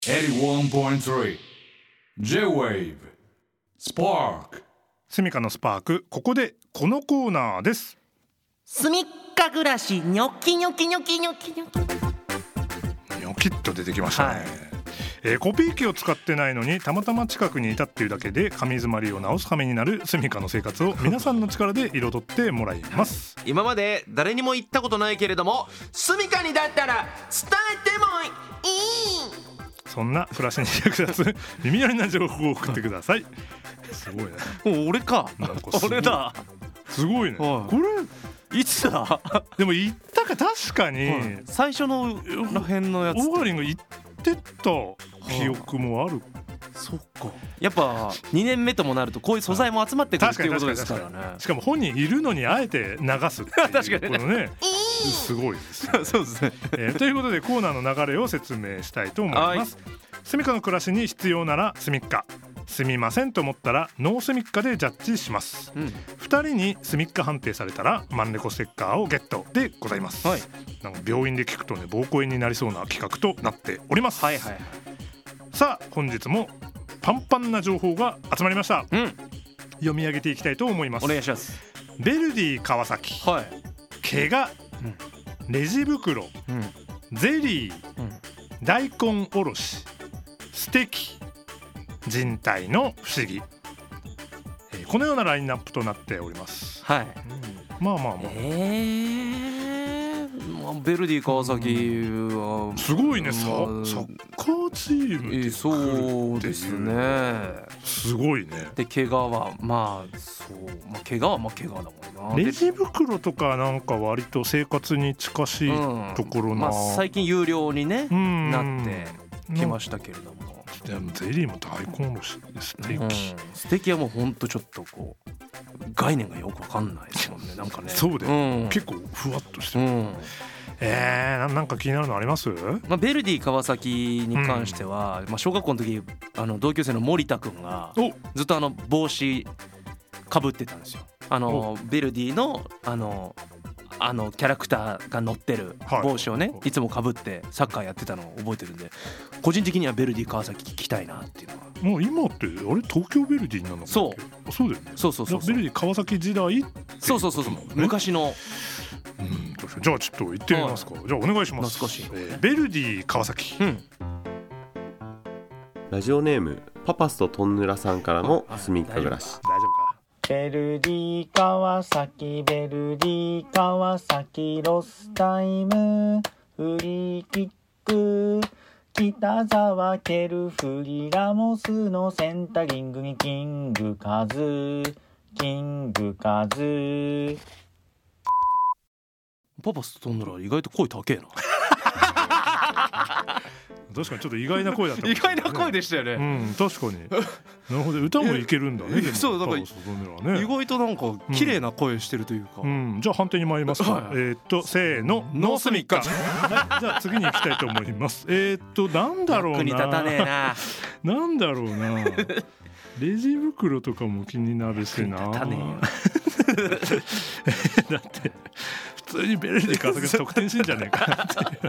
81.3 J-Wave Spark スミカのスパーク、ここでこのコーナーです。 すみっか暮らしニョキニョキニョキニョキニョキ。 ニョキッと出てきましたね、コピー機を使ってないのにたまたま近くにいたっていうだけで紙詰まりを直すためになるスミカの生活を皆さんの力で彩ってもらいます今まで誰にも言ったことないけれども、スミカにだったら伝えてもいい。 そんな暮らしに役立つ耳寄りな情報を送ってください。すごいね。 もう俺か。 なんかすごい俺だ。 すごいね。 はいこれいつだ。 でも言ったか確かに、 最初のらへんのやつ。 オーガリンが言ってた記憶もある。 そっか。やっぱ2年目ともなるとこういう素材も集まってくるっていうことですからね。 しかも本人いるのにあえて流すっていう確かにねこのねすごいですよねそうですね。 ということでコーナーの流れを説明したいと思います。スミカの暮らしに必要ならスミッカ、すみませんと思ったらノースミッカでジャッジします、2人にスミッカ判定されたらマンレコステッカーをゲットでございます、なんか病院で聞くとね膀胱炎になりそうな企画となっております、さあ本日もパンパンな情報が集まりました、読み上げていきたいと思います。 お願いします。 ベルディ川崎、怪我、レジ袋、ゼリー、大根おろし、ステキ、人体の不思議、このようなラインナップとなっております。まあまあまあ、 ベルディ川崎はすごいね、サッカーチームでそうですね。 すごいね。 で怪我はまあそう、怪我は怪我だもんな。 レジ袋とかなんか割と生活に近しいところな、 最近有料にねなってきましたけれども、 でもゼリーも大根おろし、ステーキ、 ステーキはもうほんとちょっとこう概念がよくわかんないですもんね。なんかね、 そうで、結構ふわっとしてる、なんか気になるのあります？ ベルディ川崎に関しては、小学校の時同級生の森田くんがずっと帽子かぶってたんですよ。ベルディのキャラクターが乗ってる帽子をね、いつもかぶってサッカーやってたのを覚えてるんで、個人的にはベルディ川崎聞きたいなっていうのは。 もう今ってあれ東京ベルディなのか。そうだよね。そうベルディ川崎時代、 そう昔の、 じゃあちょっと行ってみますか。じゃあお願いします。 懐かしい、 ベルディ川崎、 ラジオネームパパスとトンヌラさんからのスミッカ暮らし。 大丈夫か。 ベルディ川崎、ベルディ川崎、ロスタイムフリーキック、北沢ケルフリラモスのセンタリングにキングカズ、 パパスとトンヌラ意外と声高えな。 確かにちょっと意外な声だった、 意外な声でしたよね。 確かに。なるほど、歌もいけるんだね。 そうだから意外となんか綺麗な声してるというか。 じゃあ判定に参りますか。せーの、ノースミッカ。じゃあ次に行きたいと思います。なんだろうな。 役に立たねえな。 なんだろうな。レジ袋とかも気になるしな。 立たねえよ。 だって普通にベルディ川崎得点しんじゃねえかっていう。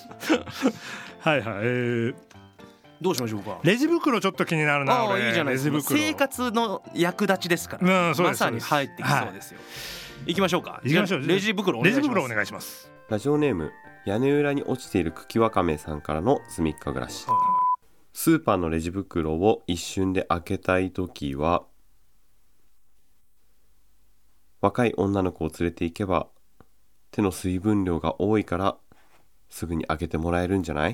どうしましょうか。 レジ袋ちょっと気になるな。 いいじゃないですか。生活の役立ちですから、まさに入ってきそうですよ。行きましょうか。レジ袋お願いします。 ラジオネーム屋根裏に落ちている茎わかめさんからのスミッカ暮らし。スーパーのレジ袋を一瞬で開けたいときは、若い女の子を連れて行けば手の水分量が多いからすぐに開けてもらえるんじゃない？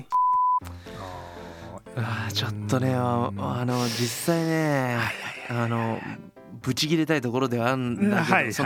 ちょっとね、実際ね、ブチ切れたいところではあるんだけど、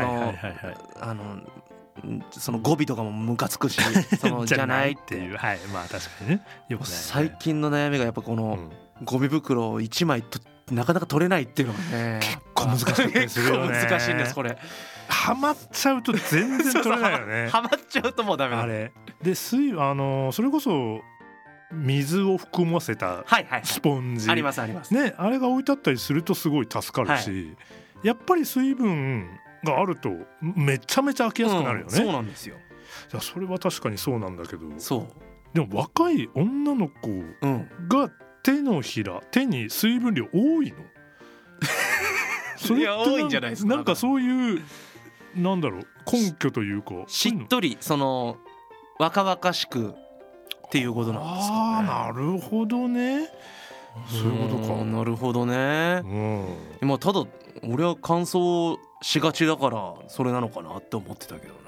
その語尾とかもムカつくし、じゃないっていう。 まあ確かにね。 最近の悩みがやっぱこのゴミ袋を1枚なかなか取れないっていうのがね、 結構難しかったりするよね。 結構難しいんですこれ。 ハマっちゃうと全然取れないよね。 ハマっちゃうともうダメだ。 あれでそれこそ水を含ませたスポンジ、 ありますね、あれが置いてあったりするとすごい助かるし、やっぱり水分があるとめちゃめちゃ開けやすくなるよね。 そうなんですよ。 それは確かにそうなんだけど、 でも若い女の子が手に水分量多いのそれっていや多いんじゃないですか。 なんかそういうなんだろう根拠というかしっとりその若々しくっていうことなんですかね。 なるほどね。そういうことか。 なるほどね。今ただ俺は乾燥しがちだからそれなのかなって思ってたけど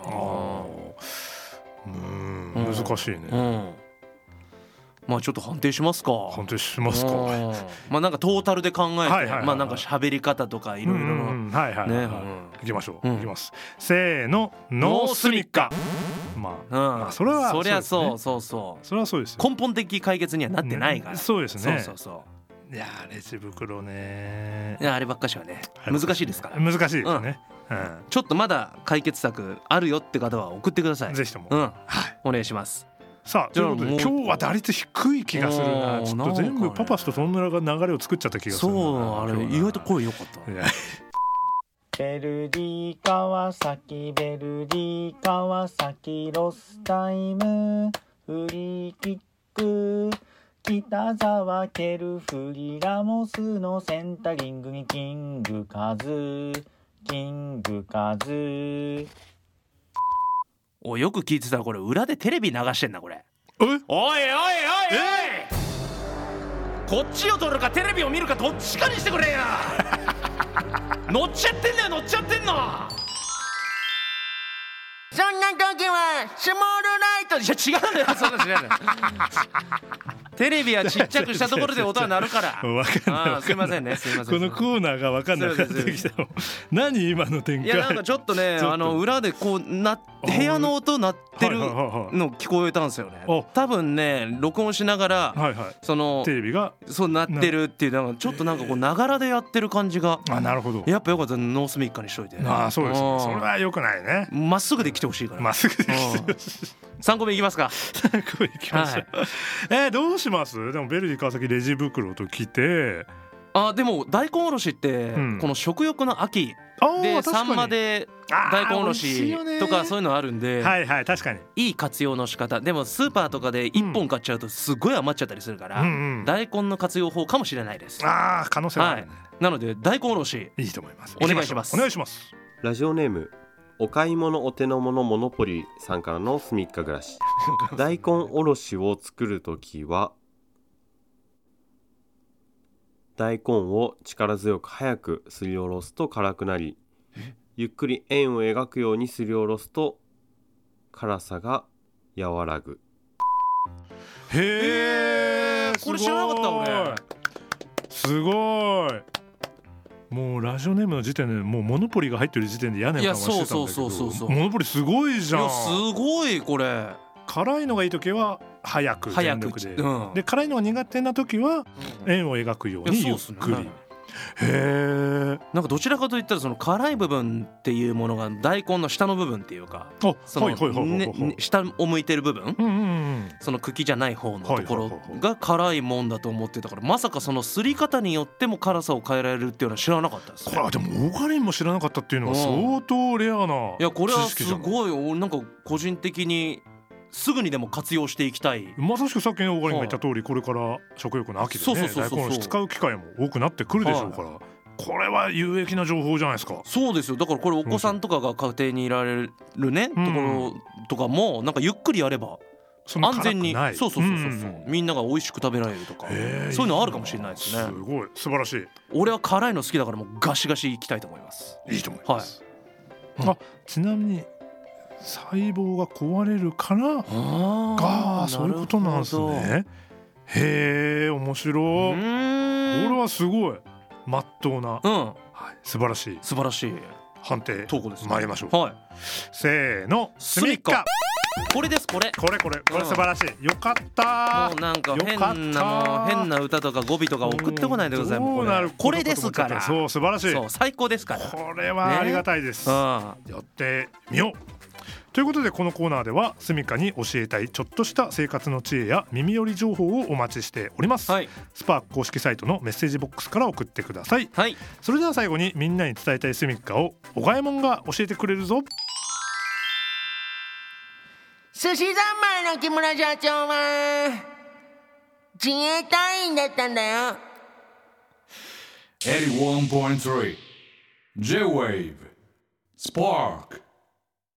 な。 難しいね。 まあちょっと判定しますか。 判定しますか。 まあなんかトータルで考えて、まあなんか喋り方とかいろいろのね。 いきましょう。いきます。せーの、ノースミッカ。まあそれはそりゃそうそうそう。 それはそうです。 根本的解決にはなってないから。 そうですね。 そういやレジ袋ね。 いやあればっかしはね難しいですから。 難しいですね。 ちょっとまだ解決策あるよって方は送ってください。 ぜひとも。 お願いします。 さあということで今日は打率低い気がするな。ちょっと全部パパスとトンネルが流れを作っちゃった気がするな。 そうあれ意外と声良かった。 ベルディ川崎ベルディ川崎ロスタイムフリーキック北沢ケルフリラモスのセンタリングにキングカズおよく聞いてたらこれ裏でテレビ流してんなこれ。 おいこっちを撮るかテレビを見るかどっちかにしてくれや乗っちゃってんのそんな時はスモールライト。 いや違うんだよそんな違うんだよテレビはちっちゃくしたところで音は鳴るから分かんない。 すいませんねすいません。 このコーナーが分かんなくなってきたの。何今の展開。 いやなんかちょっとね裏でこう部屋の音鳴ってるの聞こえたんですよね。多分ね録音しながらそのテレビがそう鳴ってるっていうのがちょっとなんかこうながらでやってる感じが。 なるほど。 やっぱよかったノースミッカにしといて。 そうですね。それは良くないね。 まっすぐで来てほしいから。 まっすぐで来てほしい。 3個目いきますか。 3個目いきましょう。どうします？でもベルディ川崎レジ袋と来て。 でも大根おろしってこの食欲の秋でサンマで大根おろしとかそういうのあるんで、 確かにいい活用の仕方。でもスーパーとかで1本買っちゃうとすごい余っちゃったりするから大根の活用法かもしれないです。 可能性はあるね。 なので大根おろしいいと思います。 お願いします。 お願いします。 ラジオネームお買い物お手の物モノポリさんからのすみっか暮らし大根おろしを作るときは大根を力強く早くすりおろすと辛くなりゆっくり円を描くようにすりおろすと辛さが和らぐ。 へー、 これ知らなかった俺。 すごい。もうラジオネームの時点でもうモノポリが入ってる時点で嫌な予感がしてたんだけど、モノポリすごいじゃん。 すごいこれ。 辛いのがいい時は早く全力で、で辛いのが苦手な時は円を描くようにゆっくり。へえ。なんかどちらかといったらその辛い部分っていうものが大根の下の部分っていうか、その下を向いてる部分、その茎じゃない方のところが辛いもんだと思ってたから、まさかそのすり方によっても辛さを変えられるっていうのは知らなかったです。 これでもオーガリンも知らなかったっていうのは相当レアな。 いやこれはすごいなんか個人的にすぐにでも活用していきたい。 まさしくさっきのオーガリンが言った通り、これから食欲の秋でね、大根を使う機会も多くなってくるでしょうから、これは有益な情報じゃないですか。 そうですよ。だからこれお子さんとかが家庭にいられるね、ところとかもなんかゆっくりやれば安全にそうみんなが美味しく食べられるとか、そういうのあるかもしれないですね。 すごい素晴らしい。 俺は辛いの好きだからもうガシガシいきたいと思います。 いいと思います。ちなみに細胞が壊れるからそういうことなんですね。へえ、面白い。これはすごいまっとうな、素晴らしい判定参りましょう。せーの、スミッカ。 これです。これ素晴らしい。よかった。 もうなんか変な歌とか語尾とか送ってこないでください。もうこれですから。 そう素晴らしい。 そう最高ですから。 これはありがたいです。やってみよう。ということでこのコーナーではスミカに教えたいちょっとした生活の知恵や耳寄り情報をお待ちしております、スパーク公式サイトのメッセージボックスから送ってください、それでは最後にみんなに伝えたいスミカをおがえもんが教えてくれるぞ。 寿司三昧の木村社長は自衛隊員だったんだよ。 81.3 J-Wave Spark